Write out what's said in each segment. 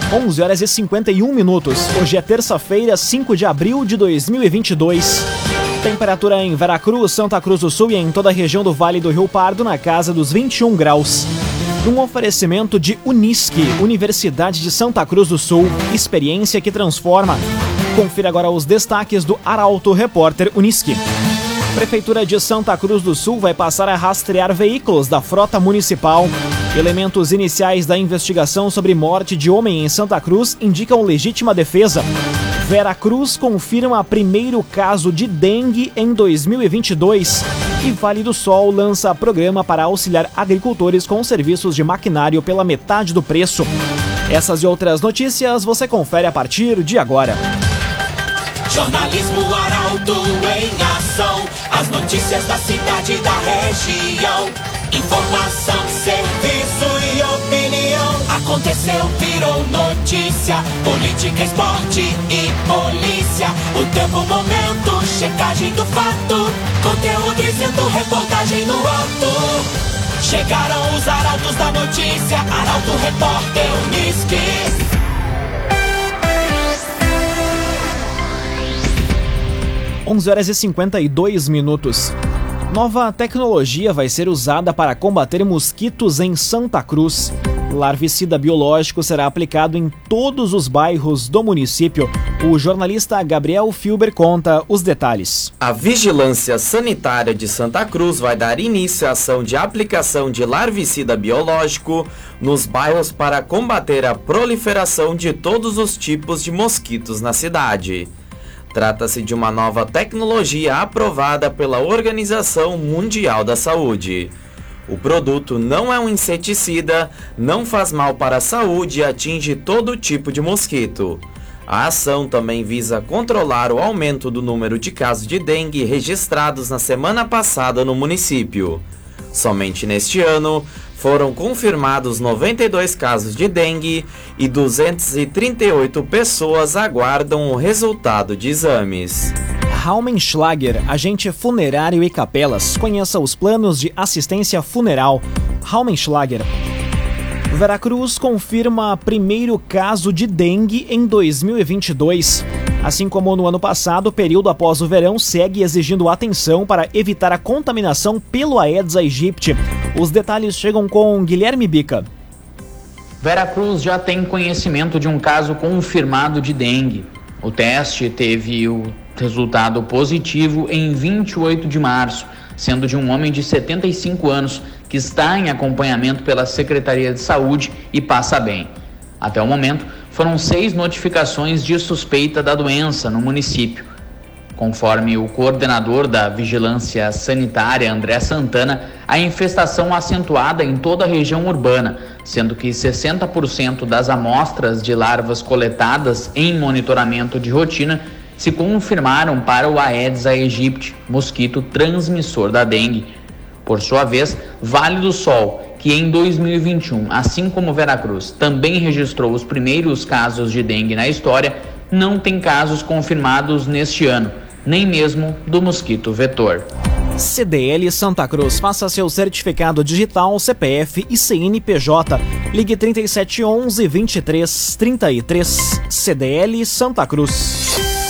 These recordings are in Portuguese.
11 horas e 51 minutos. Hoje é terça-feira, 5 de abril de 2022. Temperatura em Veracruz, Santa Cruz do Sul e em toda a região do Vale do Rio Pardo na casa dos 21 graus. Um oferecimento de Unisque, Universidade de Santa Cruz do Sul, experiência que transforma. Confira agora os destaques do Arauto Repórter Unisque. Prefeitura de Santa Cruz do Sul vai passar a rastrear veículos da frota municipal. Elementos iniciais da investigação sobre morte de homem em Santa Cruz indicam legítima defesa. Veracruz confirma primeiro caso de dengue em 2022. E Vale do Sol lança programa para auxiliar agricultores com serviços de maquinário pela metade do preço. Essas e outras notícias você confere a partir de agora. Jornalismo Arauto em ação. As notícias da cidade e da região. Informação, serviço e opinião. Aconteceu, virou notícia. Política, esporte e polícia. O tempo, momento, checagem do fato. Conteúdo dizendo, reportagem no ato. Chegaram os arautos da notícia. Arauto Repórter Unisque. Horas e 52 minutos. Nova tecnologia vai ser usada para combater mosquitos em Santa Cruz. Larvicida biológico será aplicado em todos os bairros do município. O jornalista Gabriel Filber conta os detalhes. A Vigilância Sanitária de Santa Cruz vai dar início à ação de aplicação de larvicida biológico nos bairros para combater a proliferação de todos os tipos de mosquitos na cidade. Trata-se de uma nova tecnologia aprovada pela Organização Mundial da Saúde. O produto não é um inseticida, não faz mal para a saúde e atinge todo tipo de mosquito. A ação também visa controlar o aumento do número de casos de dengue registrados na semana passada no município. Somente neste ano, foram confirmados 92 casos de dengue e 238 pessoas aguardam o resultado de exames. Raumenschlager, agente funerário e capelas. Conheça os planos de assistência funeral. Raumenschlager. Veracruz confirma primeiro caso de dengue em 2022. Assim como no ano passado, o período após o verão segue exigindo atenção para evitar a contaminação pelo Aedes aegypti. Os detalhes chegam com Guilherme Bica. Veracruz já tem conhecimento de um caso confirmado de dengue. O teste teve o resultado positivo em 28 de março, sendo de um homem de 75 anos que está em acompanhamento pela Secretaria de Saúde e passa bem. Até o momento, foram 6 notificações de suspeita da doença no município. Conforme o coordenador da Vigilância Sanitária, André Santana, a infestação acentuada em toda a região urbana, sendo que 60% das amostras de larvas coletadas em monitoramento de rotina se confirmaram para o Aedes aegypti, mosquito transmissor da dengue. Por sua vez, Vale do Sol, que em 2021, assim como Veracruz, também registrou os primeiros casos de dengue na história, não tem casos confirmados neste ano, nem mesmo do mosquito vetor. CDL Santa Cruz, faça seu certificado digital, CPF e CNPJ. Ligue 3711 2333. CDL Santa Cruz.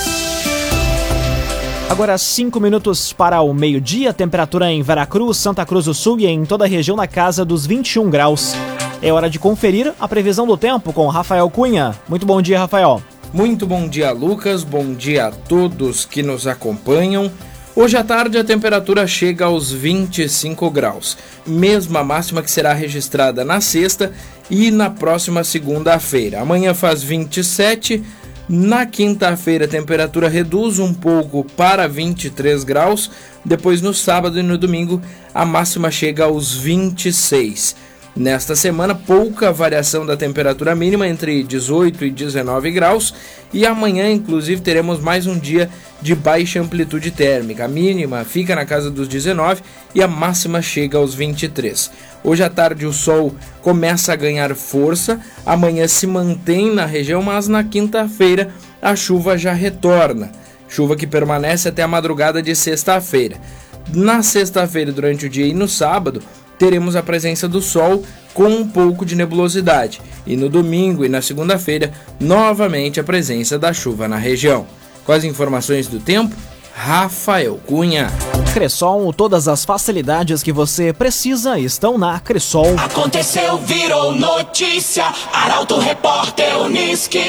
Agora 5 minutos para o meio-dia, temperatura em Veracruz, Santa Cruz do Sul e em toda a região na casa dos 21 graus. É hora de conferir a previsão do tempo com Rafael Cunha. Muito bom dia, Rafael. Muito bom dia, Lucas. Bom dia a todos que nos acompanham. Hoje à tarde a temperatura chega aos 25 graus. Mesma máxima que será registrada na sexta e na próxima segunda-feira. Amanhã faz 27. Na quinta-feira a temperatura reduz um pouco para 23 graus. Depois no sábado e no domingo a máxima chega aos 26. Nesta semana, pouca variação da temperatura mínima, entre 18 e 19 graus, e amanhã, inclusive, teremos mais um dia de baixa amplitude térmica. A mínima fica na casa dos 19 e a máxima chega aos 23. Hoje à tarde o sol começa a ganhar força, amanhã se mantém na região, mas na quinta-feira a chuva já retorna. Chuva que permanece até a madrugada de sexta-feira. Na sexta-feira, durante o dia e no sábado, teremos a presença do sol com um pouco de nebulosidade. E no domingo e na segunda-feira, novamente a presença da chuva na região. Com as informações do tempo, Rafael Cunha. Cressol, todas as facilidades que você precisa estão na Cressol. Aconteceu, virou notícia. Arauto Repórter Unisque.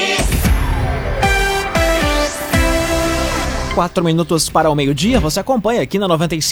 4 minutos para o meio-dia, você acompanha aqui na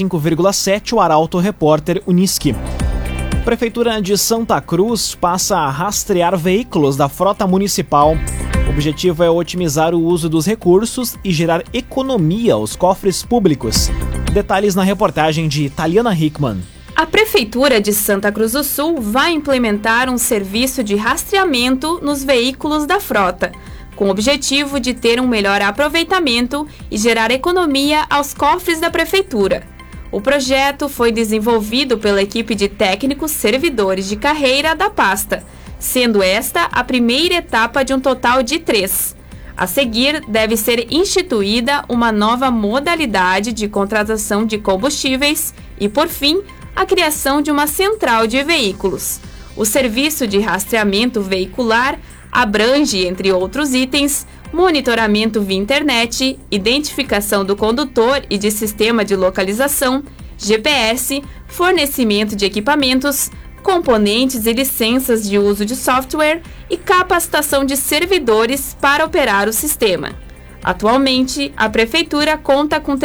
95,7 o Arauto Repórter Unisque. Prefeitura de Santa Cruz passa a rastrear veículos da frota municipal. O objetivo é otimizar o uso dos recursos e gerar economia aos cofres públicos. Detalhes na reportagem de Taliana Hickman. A Prefeitura de Santa Cruz do Sul vai implementar um serviço de rastreamento nos veículos da frota, com o objetivo de ter um melhor aproveitamento e gerar economia aos cofres da Prefeitura. O projeto foi desenvolvido pela equipe de técnicos servidores de carreira da pasta, sendo esta a primeira etapa de um total de 3. A seguir, deve ser instituída uma nova modalidade de contratação de combustíveis e, por fim, a criação de uma central de veículos. O serviço de rastreamento veicular abrange, entre outros itens, monitoramento via internet, identificação do condutor e de sistema de localização, GPS, fornecimento de equipamentos, componentes e licenças de uso de software e capacitação de servidores para operar o sistema. Atualmente, a Prefeitura conta com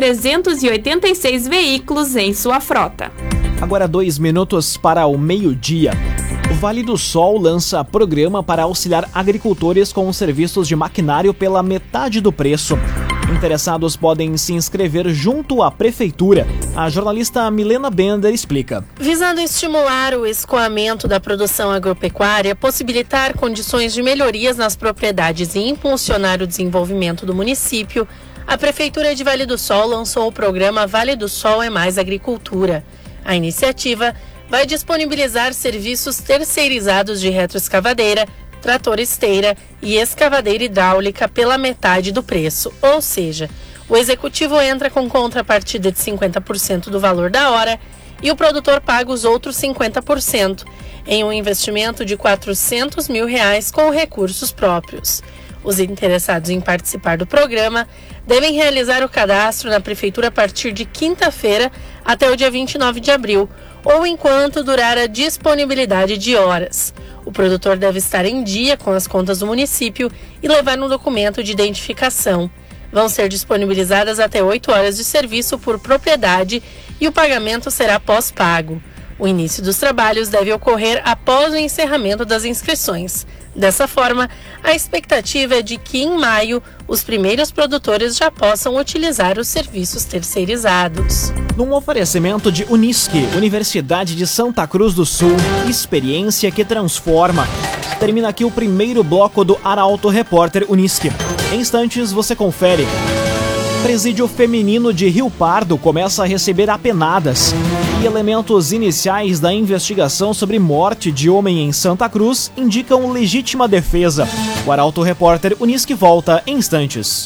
386 veículos em sua frota. Agora 2 minutos para o meio-dia. O Vale do Sol lança programa para auxiliar agricultores com serviços de maquinário pela metade do preço. Interessados podem se inscrever junto à Prefeitura. A jornalista Milena Bender explica. Visando estimular o escoamento da produção agropecuária, possibilitar condições de melhorias nas propriedades e impulsionar o desenvolvimento do município, a Prefeitura de Vale do Sol lançou o programa Vale do Sol é Mais Agricultura. A iniciativa vai disponibilizar serviços terceirizados de retroescavadeira, trator esteira e escavadeira hidráulica pela metade do preço, ou seja, o executivo entra com contrapartida de 50% do valor da hora e o produtor paga os outros 50%, em um investimento de R$400 mil com recursos próprios. Os interessados em participar do programa devem realizar o cadastro na Prefeitura a partir de quinta-feira até o dia 29 de abril, ou enquanto durar a disponibilidade de horas. O produtor deve estar em dia com as contas do município e levar um documento de identificação. Vão ser disponibilizadas até 8 horas de serviço por propriedade e o pagamento será pós-pago. O início dos trabalhos deve ocorrer após o encerramento das inscrições. Dessa forma, a expectativa é de que em maio os primeiros produtores já possam utilizar os serviços terceirizados. Num oferecimento de Unisque, Universidade de Santa Cruz do Sul, experiência que transforma. Termina aqui o primeiro bloco do Arauto Repórter Unisque. Em instantes você confere. Presídio feminino de Rio Pardo começa a receber apenadas. E elementos iniciais da investigação sobre morte de homem em Santa Cruz indicam legítima defesa. O Arauto Repórter Unisque volta em instantes.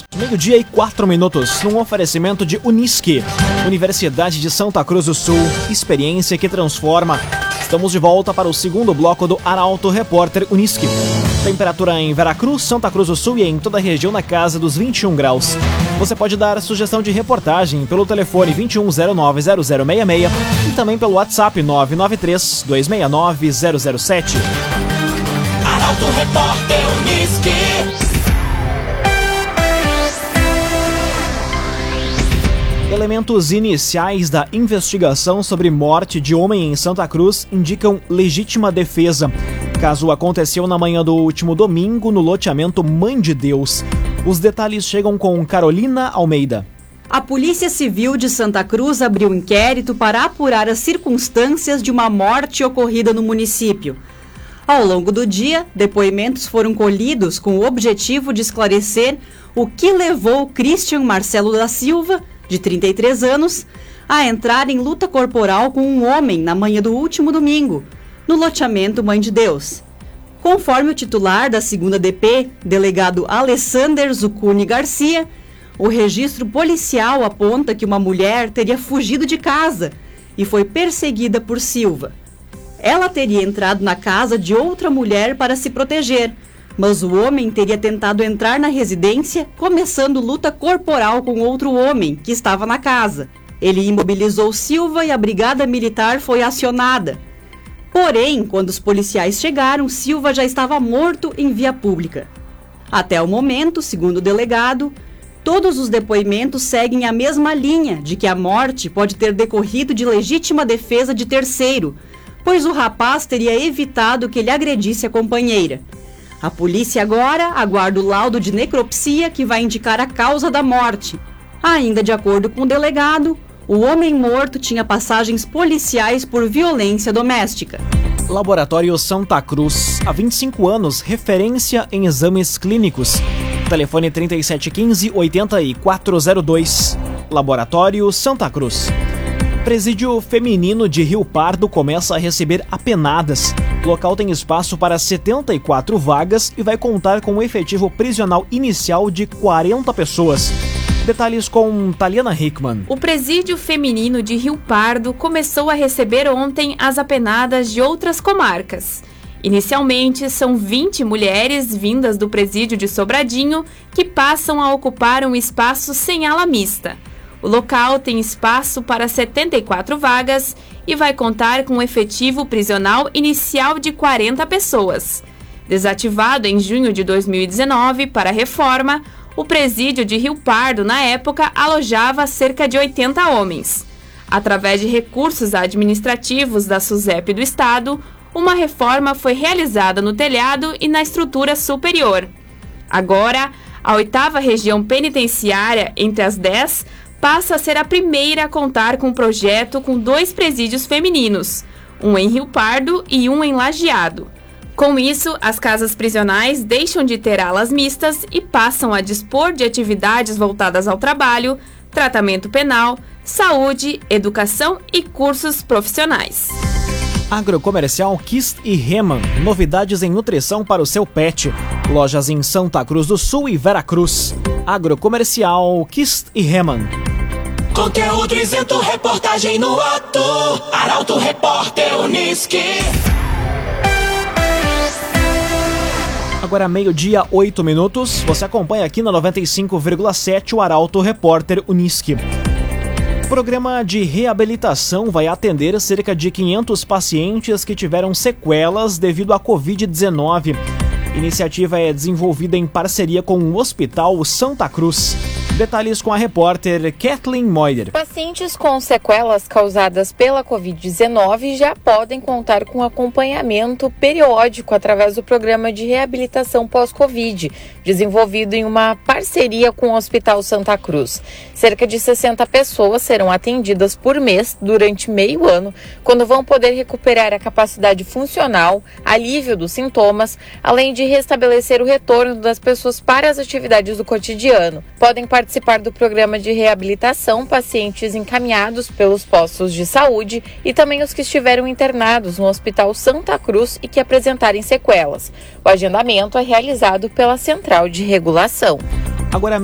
12:04, num oferecimento de Unisque, Universidade de Santa Cruz do Sul, experiência que transforma. Estamos de volta para o segundo bloco do Arauto Repórter Unisque. Temperatura em Veracruz, Santa Cruz do Sul e em toda a região na casa dos 21 graus. Você pode dar sugestão de reportagem pelo telefone 2109-0066 e também pelo WhatsApp 993-269-007. Arauto Repórter Unisque. Elementos iniciais da investigação sobre morte de homem em Santa Cruz indicam legítima defesa. O caso aconteceu na manhã do último domingo no loteamento Mãe de Deus. Os detalhes chegam com Carolina Almeida. A Polícia Civil de Santa Cruz abriu inquérito para apurar as circunstâncias de uma morte ocorrida no município. Ao longo do dia, depoimentos foram colhidos com o objetivo de esclarecer o que levou Christian Marcelo da Silva, de 33 anos, a entrar em luta corporal com um homem na manhã do último domingo, no loteamento Mãe de Deus. Conforme o titular da 2ª DP, delegado Alessander Zucuni Garcia, o registro policial aponta que uma mulher teria fugido de casa e foi perseguida por Silva. Ela teria entrado na casa de outra mulher para se proteger, mas o homem teria tentado entrar na residência, começando luta corporal com outro homem que estava na casa. Ele imobilizou Silva e a brigada militar foi acionada. Porém, quando os policiais chegaram, Silva já estava morto em via pública. Até o momento, segundo o delegado, todos os depoimentos seguem a mesma linha de que a morte pode ter decorrido de legítima defesa de terceiro, pois o rapaz teria evitado que ele agredisse a companheira. A polícia agora aguarda o laudo de necropsia que vai indicar a causa da morte. Ainda de acordo com o delegado, o homem morto tinha passagens policiais por violência doméstica. Laboratório Santa Cruz, há 25 anos, referência em exames clínicos. Telefone 3715-8402. Laboratório Santa Cruz. Presídio feminino de Rio Pardo começa a receber apenadas. O local tem espaço para 74 vagas e vai contar com um efetivo prisional inicial de 40 pessoas. Detalhes com Taliana Hickman. O presídio feminino de Rio Pardo começou a receber ontem as apenadas de outras comarcas. Inicialmente, são 20 mulheres vindas do presídio de Sobradinho que passam a ocupar um espaço sem ala mista. O local tem espaço para 74 vagas e vai contar com um efetivo prisional inicial de 40 pessoas. Desativado em junho de 2019 para reforma, o presídio de Rio Pardo, na época, alojava cerca de 80 homens. Através de recursos administrativos da SUSEP do Estado, uma reforma foi realizada no telhado e na estrutura superior. Agora, a 8ª região penitenciária, entre as 10, passa a ser a primeira a contar com um projeto com 2 presídios femininos, um em Rio Pardo e um em Lajeado. Com isso, as casas prisionais deixam de ter alas mistas e passam a dispor de atividades voltadas ao trabalho, tratamento penal, saúde, educação e cursos profissionais. Agrocomercial Kist e Reman, novidades em nutrição para o seu pet. Lojas em Santa Cruz do Sul e Veracruz. Agrocomercial Kist e Reman. Conteúdo isento, reportagem no ato. Arauto Repórter Unisque. Agora 12:08. Você acompanha aqui na 95,7 o Arauto Repórter Unisque. O programa de reabilitação vai atender cerca de 500 pacientes que tiveram sequelas devido à Covid-19. A iniciativa é desenvolvida em parceria com o Hospital Santa Cruz. Detalhes com a repórter Kathleen Moider. Pacientes com sequelas causadas pela Covid-19 já podem contar com acompanhamento periódico através do programa de reabilitação pós-Covid, desenvolvido em uma parceria com o Hospital Santa Cruz. Cerca de 60 pessoas serão atendidas por mês durante meio ano, quando vão poder recuperar a capacidade funcional, alívio dos sintomas, além de restabelecer o retorno das pessoas para as atividades do cotidiano. Podem participar do programa de reabilitação pacientes encaminhados pelos postos de saúde e também os que estiveram internados no Hospital Santa Cruz e que apresentarem sequelas. O agendamento é realizado pela Central de Regulação. Agora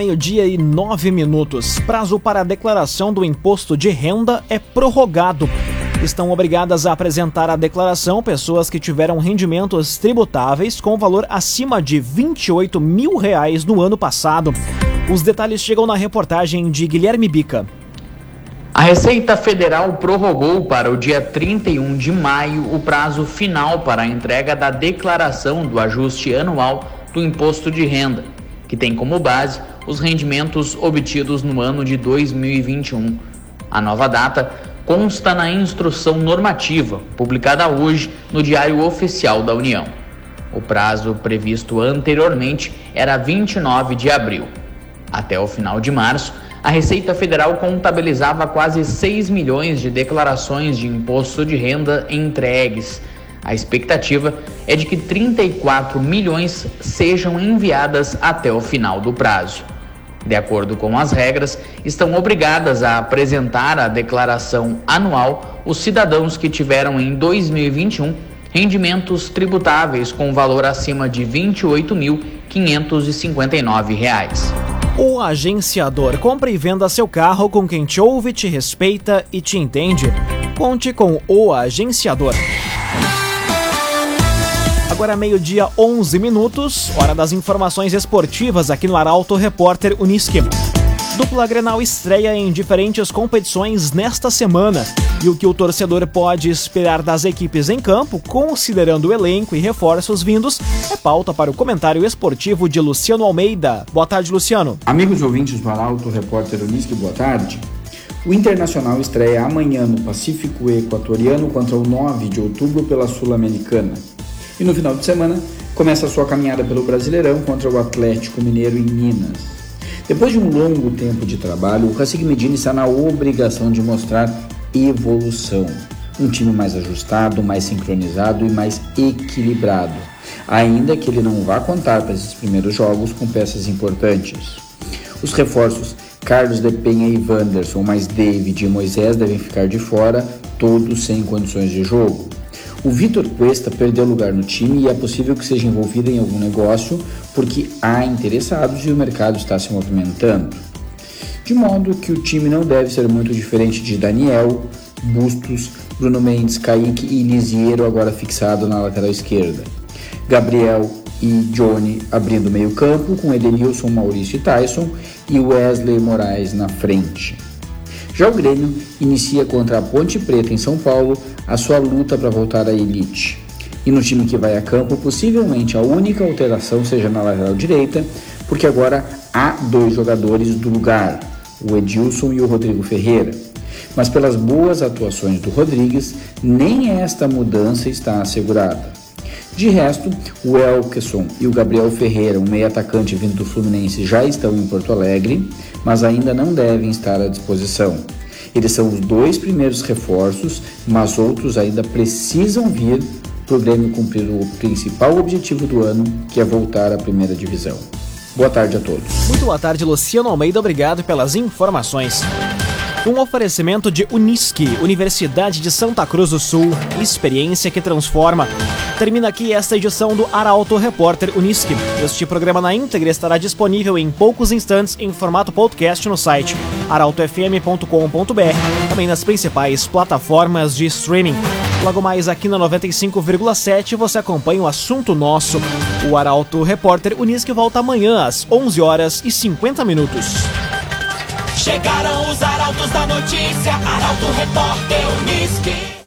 12:09. Prazo para a declaração do imposto de renda é prorrogado. Estão obrigadas a apresentar a declaração pessoas que tiveram rendimentos tributáveis com valor acima de R$28 mil no ano passado. Os detalhes chegam na reportagem de Guilherme Bica. A Receita Federal prorrogou para o dia 31 de maio o prazo final para a entrega da declaração do ajuste anual do imposto de renda, que tem como base os rendimentos obtidos no ano de 2021. A nova data consta na instrução normativa, publicada hoje no Diário Oficial da União. O prazo previsto anteriormente era 29 de abril. Até o final de março, a Receita Federal contabilizava quase 6 milhões de declarações de imposto de renda entregues. A expectativa é de que 34 milhões sejam enviadas até o final do prazo. De acordo com as regras, estão obrigadas a apresentar a declaração anual os cidadãos que tiveram em 2021 rendimentos tributáveis com valor acima de R$ 28.559. O Agenciador. Compre e venda seu carro com quem te ouve, te respeita e te entende. Conte com o Agenciador. Agora 12:11, hora das informações esportivas aqui no Arauto Repórter Unisque. Dupla Grenal estreia em diferentes competições nesta semana. E o que o torcedor pode esperar das equipes em campo, considerando o elenco e reforços vindos, é pauta para o comentário esportivo de Luciano Almeida. Boa tarde, Luciano. Amigos ouvintes do Arauto Repórter Unisque, boa tarde. O Internacional estreia amanhã no Pacífico Equatoriano contra o 9 de outubro pela Sul-Americana. E no final de semana, começa a sua caminhada pelo Brasileirão contra o Atlético Mineiro em Minas. Depois de um longo tempo de trabalho, o Cacique Medina está na obrigação de mostrar evolução. Um time mais ajustado, mais sincronizado e mais equilibrado, ainda que ele não vá contar para esses primeiros jogos com peças importantes. Os reforços Carlos de Penha e Wanderson, mais David e Moisés devem ficar de fora, todos sem condições de jogo. O Vitor Cuesta perdeu lugar no time e é possível que seja envolvido em algum negócio porque há interessados e o mercado está se movimentando. De modo que o time não deve ser muito diferente de Daniel, Bustos, Bruno Mendes, Kaique e Lisiero agora fixado na lateral esquerda. Gabriel e Johnny abrindo meio campo com Edenilson, Maurício e Tyson e Wesley Moraes na frente. Já o Grêmio inicia contra a Ponte Preta em São Paulo a sua luta para voltar à elite. E no time que vai a campo, possivelmente a única alteração seja na lateral direita, porque agora há 2 jogadores do lugar, o Edilson e o Rodrigo Ferreira. Mas pelas boas atuações do Rodrigues, nem esta mudança está assegurada. De resto, o Elkeson e o Gabriel Ferreira, um meio atacante vindo do Fluminense, já estão em Porto Alegre, mas ainda não devem estar à disposição. Eles são os 2 primeiros reforços, mas outros ainda precisam vir para o Grêmio cumprir o principal objetivo do ano, que é voltar à primeira divisão. Boa tarde a todos. Muito boa tarde, Luciano Almeida. Obrigado pelas informações. Um oferecimento de Unisque, Universidade de Santa Cruz do Sul, experiência que transforma. Termina aqui esta edição do Arauto Repórter Unisque. Este programa na íntegra estará disponível em poucos instantes em formato podcast no site arautofm.com.br, também nas principais plataformas de streaming. Logo mais aqui na 95,7 você acompanha o assunto nosso. O Arauto Repórter Unisque volta amanhã às 11h50. Chegaram os arautos da notícia, Arauto Repórter Unisque.